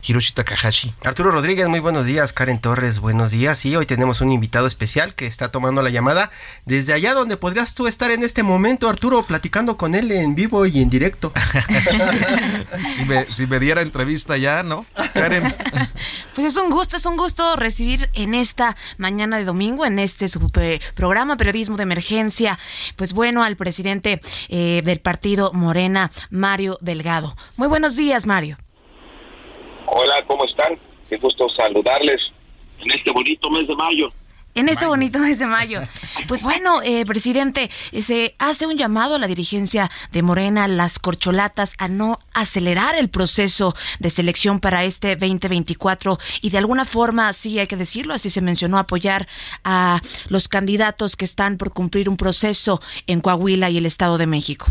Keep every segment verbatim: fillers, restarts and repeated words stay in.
Hiroshi Takahashi. Arturo Rodríguez, muy buenos días. Karen Torres, buenos días. Y hoy tenemos un invitado especial que está tomando la llamada desde allá donde podrías tú estar en este momento, Arturo, platicando con él en vivo y en directo. si, me, si me diera entrevista ya, ¿no, Karen? Pues es un gusto, es un gusto recibir en esta mañana de domingo, en este su programa Periodismo de Emergencia, pues bueno, al presidente eh, del partido Morena, Mario Delgado. Muy buenos días, Mario. Hola, ¿cómo están? Qué gusto saludarles en este bonito mes de mayo. En este mayo. bonito mes de mayo. Pues bueno, eh, presidente, se hace un llamado a la dirigencia de Morena, las corcholatas, a no acelerar el proceso de selección para este veinte veinticuatro y de alguna forma, sí hay que decirlo, así se mencionó, apoyar a los candidatos que están por cumplir un proceso en Coahuila y el Estado de México.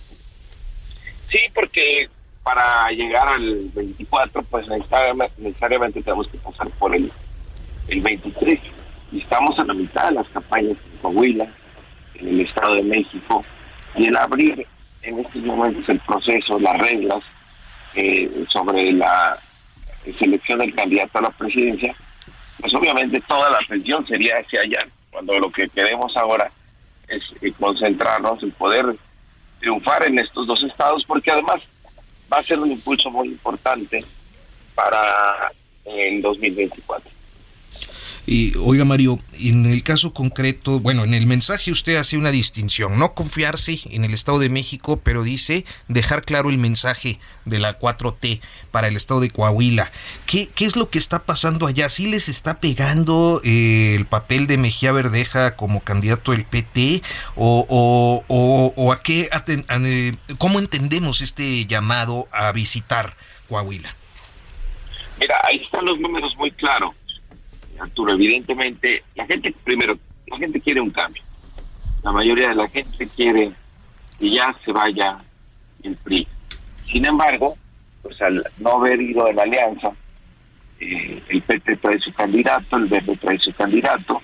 Sí, porque para llegar al veinticuatro, pues necesariamente, necesariamente tenemos que pasar por el, el veintitrés. Y estamos a la mitad de las campañas en Coahuila, en el Estado de México, y el abrir en estos momentos el proceso, las reglas eh, sobre la selección del candidato a la presidencia, pues obviamente toda la atención sería hacia allá, cuando lo que queremos ahora es eh, concentrarnos en poder triunfar en estos dos estados, porque además va a ser un impulso muy importante para el dos mil veinticuatro. Y oiga, Mario, en el caso concreto, bueno, en el mensaje usted hace una distinción, no confiarse en el Estado de México, pero dice dejar claro el mensaje de la cuatro T para el Estado de Coahuila. ¿Qué, qué es lo que está pasando allá? ¿Sí les está pegando eh, el papel de Mejía Verdeja como candidato del P T? ¿O, o, o, o a qué, a, a, cómo entendemos este llamado a visitar Coahuila? Mira, ahí están los números muy claros, Arturo. Evidentemente, la gente, primero, la gente quiere un cambio. La mayoría de la gente quiere que ya se vaya el P R I. Sin embargo, pues al no haber ido en la alianza, eh, el P T trae su candidato, el Verde trae su candidato,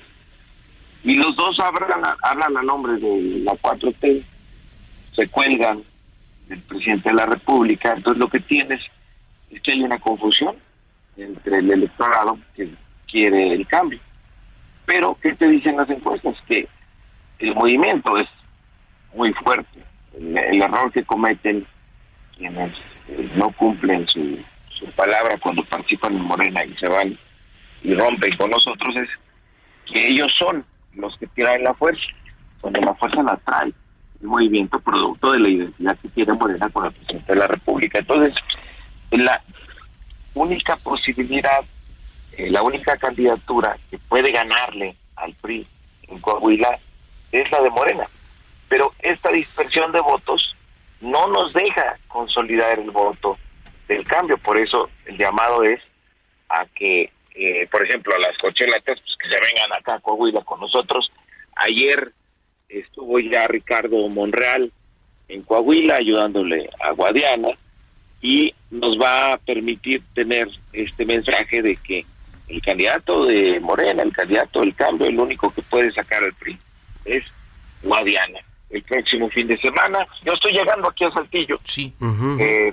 y los dos hablan, hablan a nombre de la cuatro T, se cuelgan del presidente de la República. Entonces lo que tienes es que hay una confusión entre el electorado que quiere el cambio. Pero, ¿qué te dicen las encuestas? Que el movimiento es muy fuerte. El, el error que cometen quienes eh, no cumplen su, su palabra cuando participan en Morena y se van y rompen con nosotros es que ellos son los que tiran la fuerza, cuando la fuerza la trae el movimiento producto de la identidad que tiene Morena con el presidente de la República. Entonces, la única posibilidad, eh, la única candidatura que puede ganarle al P R I en Coahuila es la de Morena. Pero esta dispersión de votos no nos deja consolidar el voto del cambio. Por eso el llamado es a que, eh, por ejemplo, a las corcholatas, pues que se vengan acá a Coahuila con nosotros. Ayer estuvo ya Ricardo Monreal en Coahuila ayudándole a Guadiana, y nos va a permitir tener este mensaje de que el candidato de Morena, el candidato del cambio, el único que puede sacar al P R I es Guadiana. El próximo fin de semana, yo estoy llegando aquí a Saltillo, sí. Uh-huh. eh,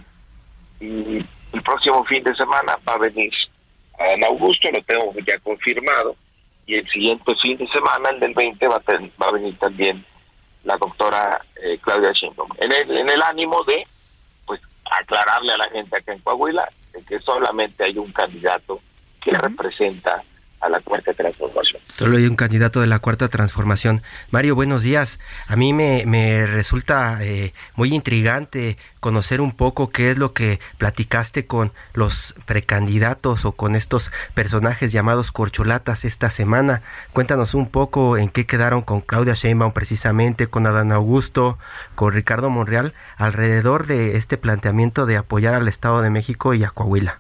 y el próximo fin de semana va a venir a Adán Augusto, lo tengo ya confirmado, y el siguiente fin de semana, el del veinte, va a, ten, va a venir también la doctora eh, Claudia Sheinbaum, en el, en el ánimo de pues aclararle a la gente acá en Coahuila de que solamente hay un candidato que uh-huh. representa a la Cuarta Transformación. Solo hay un candidato de la Cuarta Transformación. Mario, buenos días. A mí me, me resulta eh, muy intrigante conocer un poco qué es lo que platicaste con los precandidatos o con estos personajes llamados corcholatas esta semana. Cuéntanos un poco en qué quedaron con Claudia Sheinbaum precisamente, con Adán Augusto, con Ricardo Monreal, alrededor de este planteamiento de apoyar al Estado de México y a Coahuila.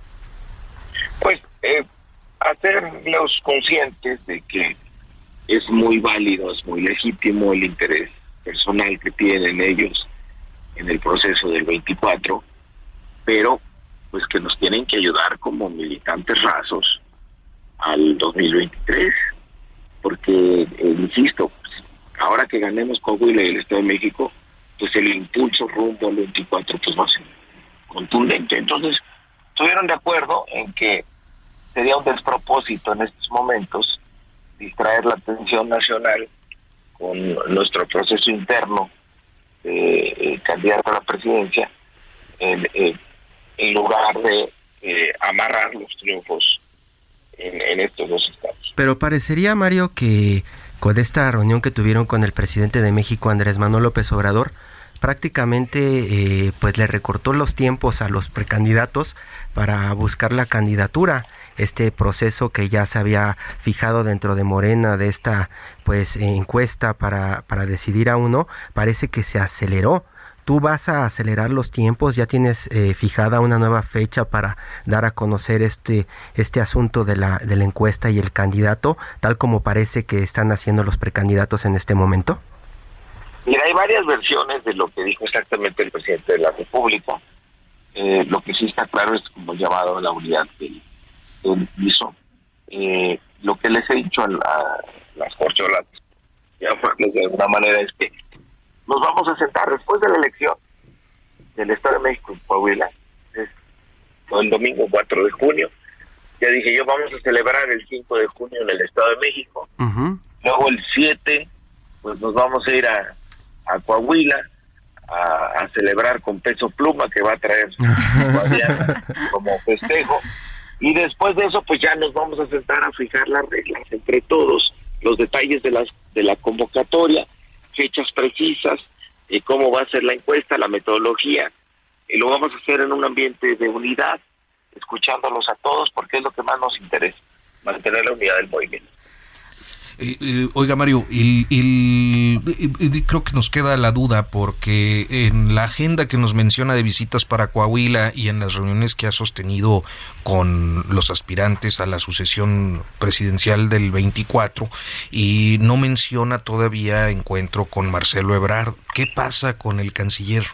Pues, eh, hacerlos conscientes de que es muy válido, es muy legítimo el interés personal que tienen ellos en el proceso del veinticuatro, pero pues que nos tienen que ayudar como militantes rasos al dos mil veintitrés, porque, eh, insisto, pues, ahora que ganemos Coahuila y el Estado de México, pues el impulso rumbo al veinticuatro pues va a ser contundente. Entonces, estuvieron de acuerdo en que sería un despropósito en estos momentos distraer la atención nacional con nuestro proceso interno de eh, candidato a la presidencia, en, eh, en lugar de eh, amarrar los triunfos en, en estos dos estados. Pero parecería, Mario, que con esta reunión que tuvieron con el presidente de México, Andrés Manuel López Obrador, prácticamente eh, pues le recortó los tiempos a los precandidatos para buscar la candidatura. Este proceso que ya se había fijado dentro de Morena, de esta pues encuesta para, para decidir a uno, parece que se aceleró. ¿Tú vas a acelerar los tiempos? ¿Ya tienes eh, fijada una nueva fecha para dar a conocer este este asunto de la de la encuesta y el candidato, tal como parece que están haciendo los precandidatos en este momento? Mira, hay varias versiones de lo que dijo exactamente el presidente de la República. Eh, lo que sí está claro es como llamado a la unidad que él, él hizo. Eh, lo que les he dicho a, la, a las corcholatas, ya de alguna manera, es que nos vamos a sentar después de la elección del Estado de México en Coahuila, es el domingo cuatro de junio. Ya dije yo, vamos a celebrar el cinco de junio en el Estado de México. Uh-huh. Luego el siete, pues nos vamos a ir a, a Coahuila a, a celebrar con Peso Pluma, que va a traer Guadiana como festejo. Y después de eso, pues ya nos vamos a sentar a fijar las reglas entre todos, los detalles de las de la convocatoria, fechas precisas, eh, cómo va a ser la encuesta, la metodología, y lo vamos a hacer en un ambiente de unidad, escuchándolos a todos, porque es lo que más nos interesa, mantener la unidad del movimiento. Eh, eh, oiga, Mario, el, el, el, creo que nos queda la duda, porque en la agenda que nos menciona de visitas para Coahuila y en las reuniones que ha sostenido con los aspirantes a la sucesión presidencial del veinticuatro, y no menciona todavía encuentro con Marcelo Ebrard. ¿Qué pasa con el canciller?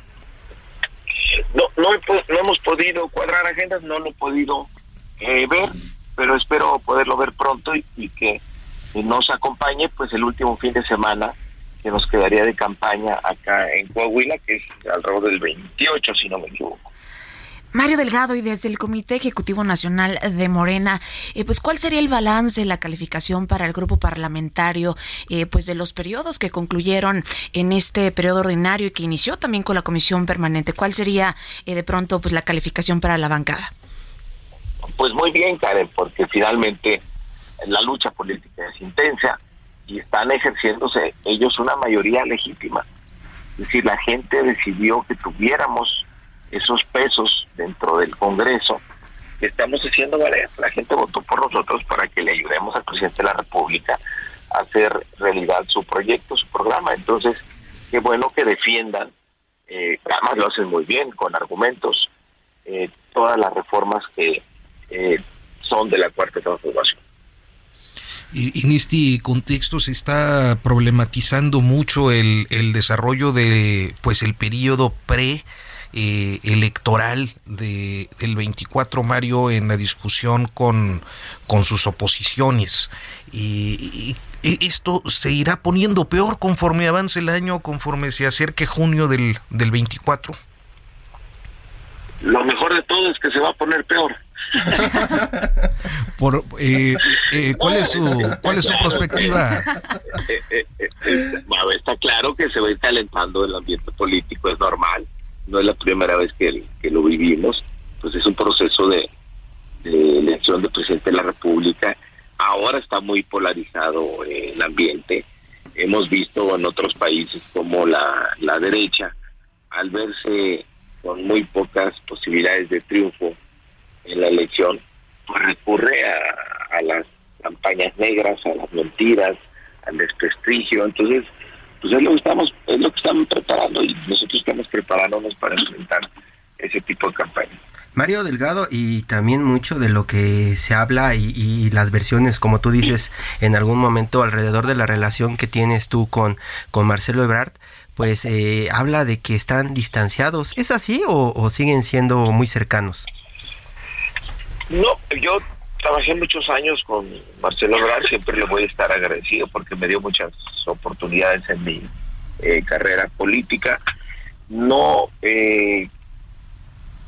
No, no, no hemos podido cuadrar agendas, no lo he podido eh, ver, pero espero poderlo ver pronto y, y que y nos acompañe pues el último fin de semana que nos quedaría de campaña acá en Coahuila, que es alrededor del veintiocho, si no me equivoco. Mario Delgado, y desde el Comité Ejecutivo Nacional de Morena, eh, pues ¿cuál sería el balance, la calificación para el grupo parlamentario, eh, pues de los periodos que concluyeron en este periodo ordinario y que inició también con la Comisión Permanente? ¿Cuál sería eh, de pronto pues la calificación para la bancada? Pues muy bien, Karen, porque finalmente la lucha política es intensa y están ejerciéndose ellos una mayoría legítima. Es decir, la gente decidió que tuviéramos esos pesos dentro del Congreso que estamos haciendo valer. La gente votó por nosotros para que le ayudemos al presidente de la República a hacer realidad su proyecto, su programa. Entonces, qué bueno que defiendan, eh, además lo hacen muy bien, con argumentos, eh, todas las reformas que eh, son de la Cuarta Transformación. Y en este contexto se está problematizando mucho el, el desarrollo de pues el periodo pre eh, electoral de del veinticuatro, Mario, en la discusión con, con sus oposiciones, y, y esto se irá poniendo peor conforme avance el año, conforme se acerque junio del, del veinticuatro. Lo mejor de todo es que se va a poner peor. Por, eh, eh, ¿cuál es su cuál es su perspectiva? Eh, eh, eh, eh, bueno, está claro que se va a ir calentando el ambiente político, es normal, no es la primera vez que, que lo vivimos, pues es un proceso de, de elección de presidente de la República. Ahora está muy polarizado eh, el ambiente. Hemos visto en otros países como la, la derecha, al verse con muy pocas posibilidades de triunfo en la elección, pues recurre a, a las campañas negras, a las mentiras, al desprestigio. Entonces, pues es lo que estamos, es lo que estamos preparando, y nosotros estamos preparándonos para enfrentar ese tipo de campaña. Mario Delgado, y también mucho de lo que se habla y, y las versiones, como tú dices, en algún momento alrededor de la relación que tienes tú con, con Marcelo Ebrard, pues eh, habla de que están distanciados. ¿Es así o, o siguen siendo muy cercanos? No, yo trabajé muchos años con Marcelo Ebrard, siempre le voy a estar agradecido porque me dio muchas oportunidades en mi eh, carrera política. No, eh,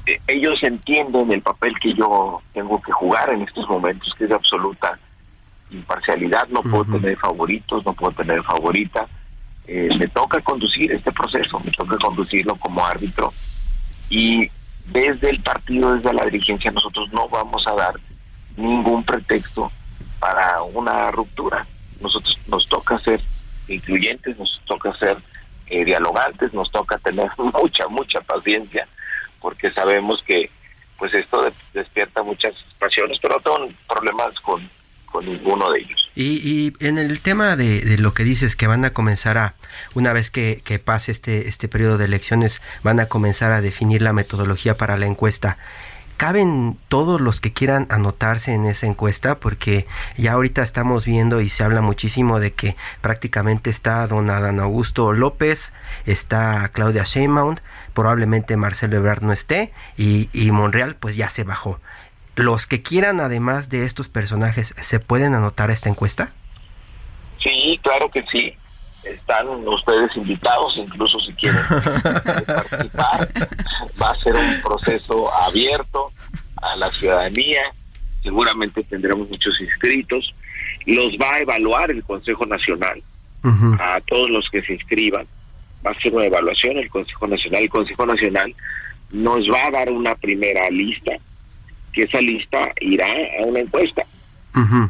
eh, ellos entienden el papel que yo tengo que jugar en estos momentos, que es de absoluta imparcialidad. No puedo uh-huh. tener favoritos, no puedo tener favorita. Eh, me toca conducir este proceso, me toca conducirlo como árbitro, y desde el partido, desde la dirigencia, nosotros no vamos a dar ningún pretexto para una ruptura. Nosotros nos toca ser incluyentes, nos toca ser eh, dialogantes, nos toca tener mucha, mucha paciencia, porque sabemos que pues esto de, despierta muchas pasiones, pero no tengo problemas con, con ninguno de ellos. Y, y en el tema de, de lo que dices, que van a comenzar a, una vez que, que pase este, este periodo de elecciones, van a comenzar a definir la metodología para la encuesta. ¿Caben todos los que quieran anotarse en esa encuesta? Porque ya ahorita estamos viendo y se habla muchísimo de que prácticamente está don Adán Augusto López, está Claudia Sheinbaum, probablemente Marcelo Ebrard no esté, y, y Monreal pues ya se bajó. ¿Los que quieran, además de estos personajes, se pueden anotar a esta encuesta? Sí, claro que sí. Están ustedes invitados, incluso si quieren participar. Va a ser un proceso abierto a la ciudadanía. Seguramente tendremos muchos inscritos. Los va a evaluar el Consejo Nacional. Uh-huh. A todos los que se inscriban. Va a ser una evaluación el Consejo Nacional. El Consejo Nacional nos va a dar una primera lista, que esa lista irá a una encuesta. Uh-huh.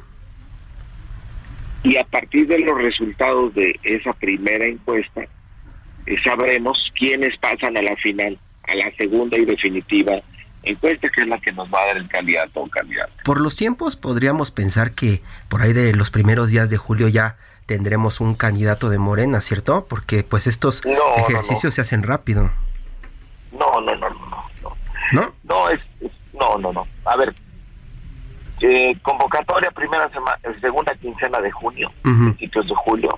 Y a partir de los resultados de esa primera encuesta, eh, sabremos quiénes pasan a la final, a la segunda y definitiva encuesta, que es la que nos va a dar el candidato o candidato. Por los tiempos, podríamos pensar que por ahí de los primeros días de julio ya tendremos un candidato de Morena, ¿cierto? Porque pues estos no, ejercicios no, no. se hacen rápido. No, no, no, no, no. ¿No? No, es, es no, no, no. A ver, eh, convocatoria primera semana, segunda quincena de junio, uh-huh. principios de julio.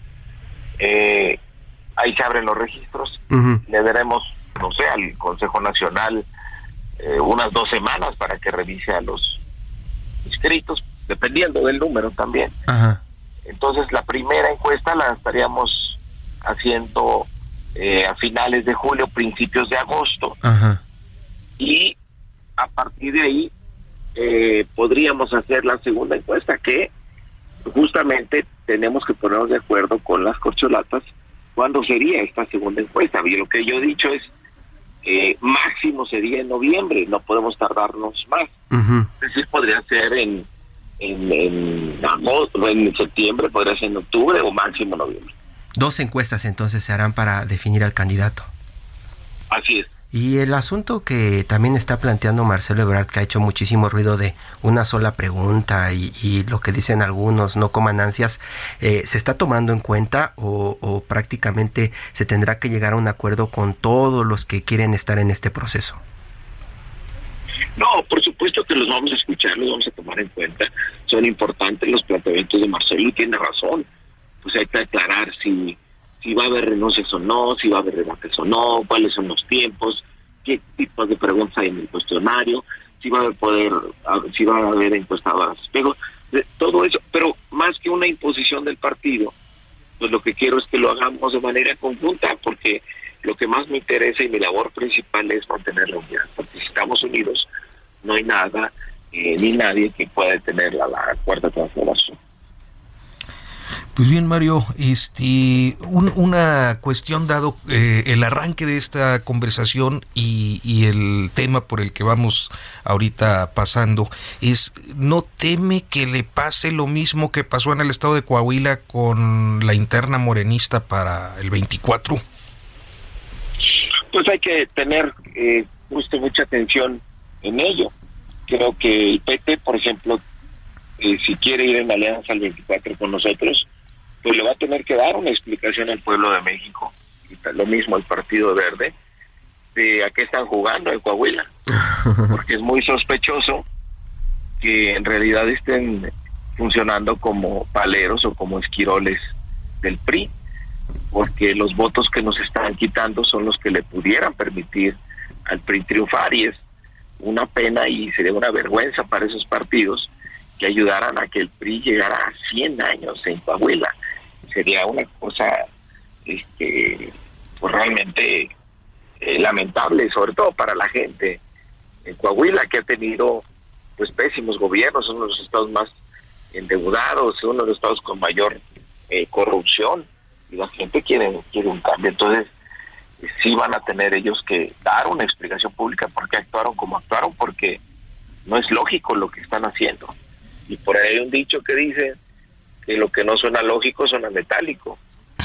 Eh, ahí se abren los registros. Uh-huh. Le daremos, no sé, al Consejo Nacional eh, unas dos semanas para que revise a los inscritos, dependiendo del número también. Uh-huh. Entonces, la primera encuesta la estaríamos haciendo eh, a finales de julio, principios de agosto. Uh-huh. Y a partir de ahí eh, podríamos hacer la segunda encuesta, que justamente tenemos que ponernos de acuerdo con las corcholatas cuándo sería esta segunda encuesta. Y lo que yo he dicho es eh, máximo sería en noviembre, no podemos tardarnos más. Uh-huh. Es decir, podría ser en en, en agosto, en septiembre, podría ser en octubre o máximo noviembre. Dos encuestas entonces se harán para definir al candidato. Así es. Y el asunto que también está planteando Marcelo Ebrard, que ha hecho muchísimo ruido de una sola pregunta y, y lo que dicen algunos, no coman ansias, eh, ¿se está tomando en cuenta o, o prácticamente se tendrá que llegar a un acuerdo con todos los que quieren estar en este proceso? No, por supuesto que los vamos a escuchar, los vamos a tomar en cuenta. Son importantes los planteamientos de Marcelo y tiene razón. Pues hay que aclarar si... si va a haber renuncias o no, si va a haber debates o no, cuáles son los tiempos, qué tipos de preguntas hay en el cuestionario, si va a haber poder, si va a haber encuestadoras espejo, todo eso, pero más que una imposición del partido, pues lo que quiero es que lo hagamos de manera conjunta, porque lo que más me interesa y mi labor principal es mantener la unidad, porque si estamos unidos, no hay nada, eh, ni nadie que pueda detener la, la cuarta transformación. Pues bien, Mario, este, un, una cuestión dado eh, el arranque de esta conversación y, y el tema por el que vamos ahorita pasando es, ¿no teme que le pase lo mismo que pasó en el estado de Coahuila con la interna morenista para el veinticuatro? Pues hay que tener eh, justo mucha atención en ello. Creo que el P T, por ejemplo, eh, si quiere ir en alianza al veinticuatro con nosotros, pues le va a tener que dar una explicación al pueblo de México, y lo mismo al Partido Verde, de a qué están jugando en Coahuila, porque es muy sospechoso que en realidad estén funcionando como paleros o como esquiroles del P R I, porque los votos que nos están quitando son los que le pudieran permitir al P R I triunfar, y es una pena y sería una vergüenza para esos partidos que ayudaran a que el P R I llegara a cien años en Coahuila. Sería una cosa este pues realmente eh, lamentable, sobre todo para la gente en Coahuila, que ha tenido pues pésimos gobiernos, uno de los estados más endeudados, uno de los estados con mayor eh, corrupción, y la gente quiere, quiere un cambio. Entonces eh, sí van a tener ellos que dar una explicación pública por qué actuaron como actuaron, porque no es lógico lo que están haciendo. Y por ahí hay un dicho que dice que lo que no suena lógico suena metálico.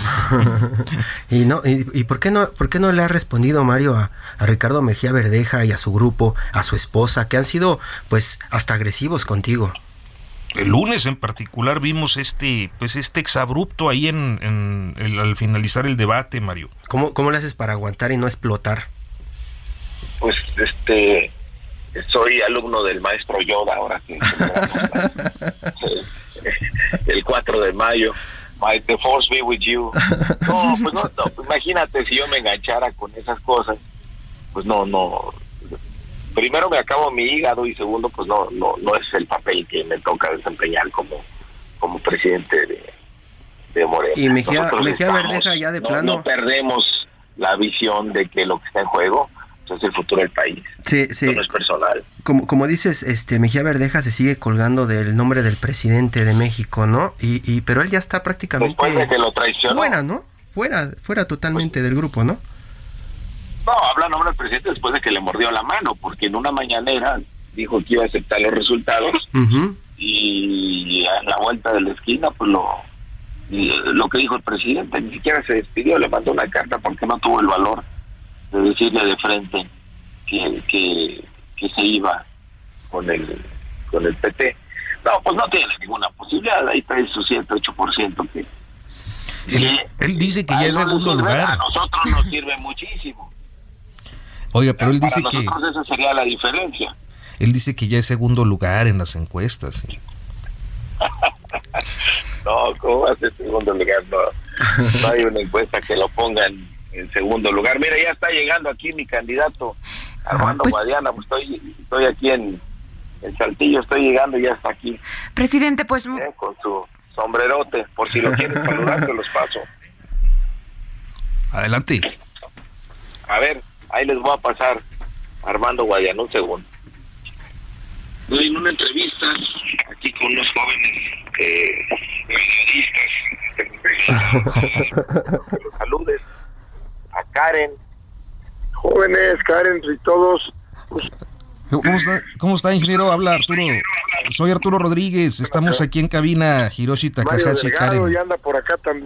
y no y, y por qué no por qué no le ha respondido, Mario, a, a Ricardo Mejía Verdeja y a su grupo, a su esposa, que han sido pues hasta agresivos contigo? El lunes en particular vimos este pues este exabrupto ahí en, en el, al finalizar el debate, Mario. ¿Cómo, cómo le haces para aguantar y no explotar? Pues este soy alumno del maestro Yoda, ahora que el cuatro de mayo. My, the force be with you. No, pues no, no, imagínate si yo me enganchara con esas cosas, pues no, no. Primero me acabo mi hígado y segundo, pues no, no, no es el papel que me toca desempeñar como, como presidente de, de Morena. Y Mejía, Mejía estamos, Verdeja ya de no, plano. No perdemos la visión de que lo que está en juego es el futuro del país. Sí, sí. Eso no es personal. Como, como dices, este Mejía Verdeja se sigue colgando del nombre del presidente de México, ¿no? Y, y pero él ya está prácticamente después de que lo traicionó, fuera, ¿no? Fuera, fuera totalmente pues, del grupo, ¿no? No, habla nombre del presidente después de que le mordió la mano, porque en una mañanera dijo que iba a aceptar los resultados uh-huh. y a la vuelta de la esquina, pues lo lo que dijo el presidente, ni siquiera se despidió, le mandó una carta porque no tuvo el valor de decirle de frente que, que, que se iba con el con el P T. No, pues no tiene ninguna posibilidad, ahí trae su siete, ocho por ciento que él, que, él dice que ya es segundo lugar. A nosotros nos sirve muchísimo. Oiga, pero él dice que... Para nosotros esa sería la diferencia. Él dice que ya es segundo lugar en las encuestas. ¿Sí? No, ¿cómo va a ser segundo lugar? No, no hay una encuesta que lo ponga en, en segundo lugar. Mira, ya está llegando aquí mi candidato, Armando pues, Guadiana. Pues estoy, estoy aquí en, en Saltillo, estoy llegando y ya está aquí. Presidente, pues... Eh, con su sombrerote, por si lo quieren saludar, te los paso. Adelante. A ver, ahí les voy a pasar Armando Guadiana, un segundo. Doy en una entrevista aquí con unos jóvenes eh, periodistas. Que los saludes a Karen. Jóvenes, Karen y todos. Pues, ¿Cómo está, ¿Cómo está, ingeniero? Habla Arturo. Soy Arturo Rodríguez. Estamos aquí en cabina. Hiroshi Takahashi, Karen. Y anda por acá también.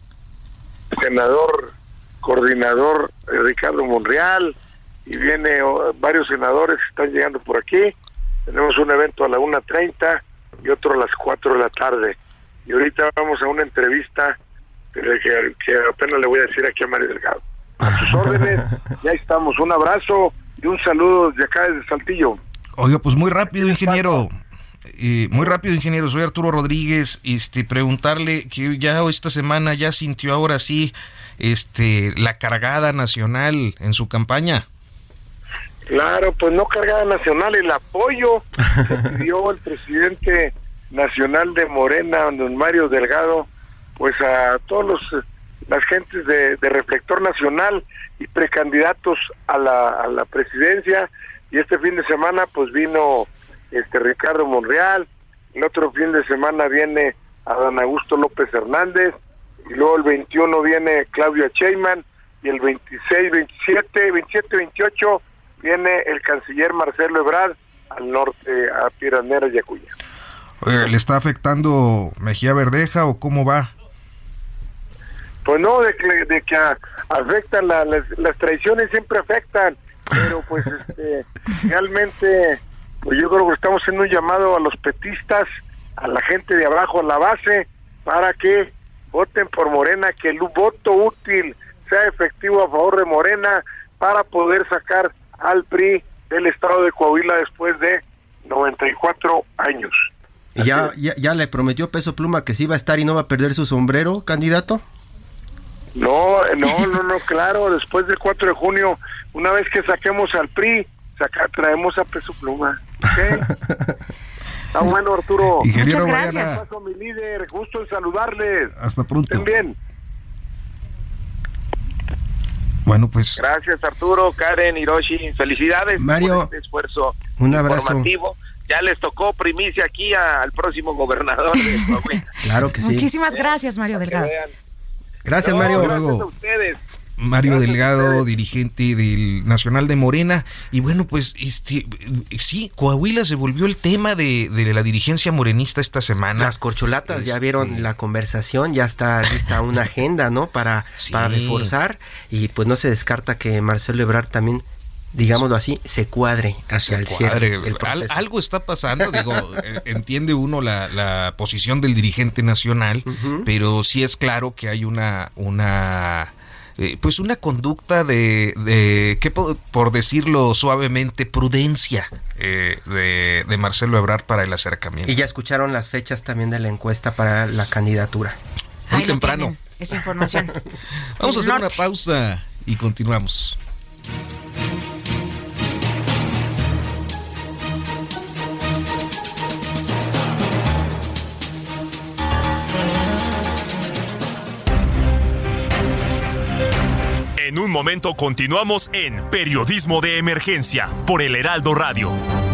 Senador, coordinador eh, Ricardo Monreal. Y viene oh, varios senadores que están llegando por aquí. Tenemos un evento a la una treinta y otro a las cuatro de la tarde. Y ahorita vamos a una entrevista que, que apenas le voy a decir aquí a Mario Delgado. A sus órdenes, ya estamos. Un abrazo y un saludo de acá desde Saltillo. Oiga, pues muy rápido, ingeniero. Eh, muy rápido, ingeniero. Soy Arturo Rodríguez. Este, preguntarle que ya esta semana ya sintió ahora sí este la cargada nacional en su campaña. Claro, pues no cargada nacional, el apoyo que pidió el presidente nacional de Morena, don Mario Delgado, pues a todos los las gentes de, de Reflector Nacional y precandidatos a la, a la presidencia. Y este fin de semana pues vino este Ricardo Monreal, el otro fin de semana viene Adán Augusto López Hernández, y luego el veintiuno viene Claudia Sheinbaum, y el veintiséis, veintisiete, veintisiete, veintiocho viene el canciller Marcelo Ebrard al norte, a Piranera y Acuña. Oye, ¿le está afectando Mejía Verdeja o cómo va? Pues no, de que, de que a, afectan, la, las, las traiciones siempre afectan, pero pues este, realmente, pues yo creo que estamos haciendo un llamado a los petistas, a la gente de abajo, a la base, para que voten por Morena, que el voto útil sea efectivo a favor de Morena, para poder sacar al P R I del estado de Coahuila después de noventa y cuatro años. ¿Ya, ya, ya le prometió Peso Pluma que sí va a estar y no va a perder su sombrero, candidato? No, no, no, no, claro, después del cuatro de junio, una vez que saquemos al P R I, saca, traemos a Peso Pluma. ¿Okay? Está bueno, Arturo. Ingeniero Muchas gracias. Paso, mi líder, gusto en saludarles. Hasta pronto. Estén bien. Bueno, pues... Gracias, Arturo, Karen, Hiroshi. Felicidades Mario, por este esfuerzo un abrazo. informativo. Ya les tocó primicia aquí a, al próximo gobernador de Coahuila. Claro que sí. Muchísimas gracias, Mario Delgado. Gracias, No, Mario. Gracias Luego. a ustedes. Mario Gracias Delgado, dirigente del Nacional de Morena. Y bueno, pues este sí, Coahuila se volvió el tema de, de la dirigencia morenista esta semana. Las corcholatas, Este... ya vieron la conversación, ya está lista una agenda, ¿no? Para, sí. para reforzar, y pues no se descarta que Marcelo Ebrard también, digámoslo así, se cuadre hacia el cierre del proceso. Al, algo está pasando, digo, entiende uno la, la posición del dirigente nacional, uh-huh. pero sí es claro que hay una, una eh, pues una conducta de, de ¿qué por, por decirlo suavemente, prudencia eh, de, de Marcelo Ebrard para el acercamiento. Y ya escucharon las fechas también de la encuesta para la candidatura. Muy Ahí temprano. Esa información. Vamos a hacer Norte. una pausa y continuamos. En un momento continuamos en Periodismo de Emergencia por el Heraldo Radio.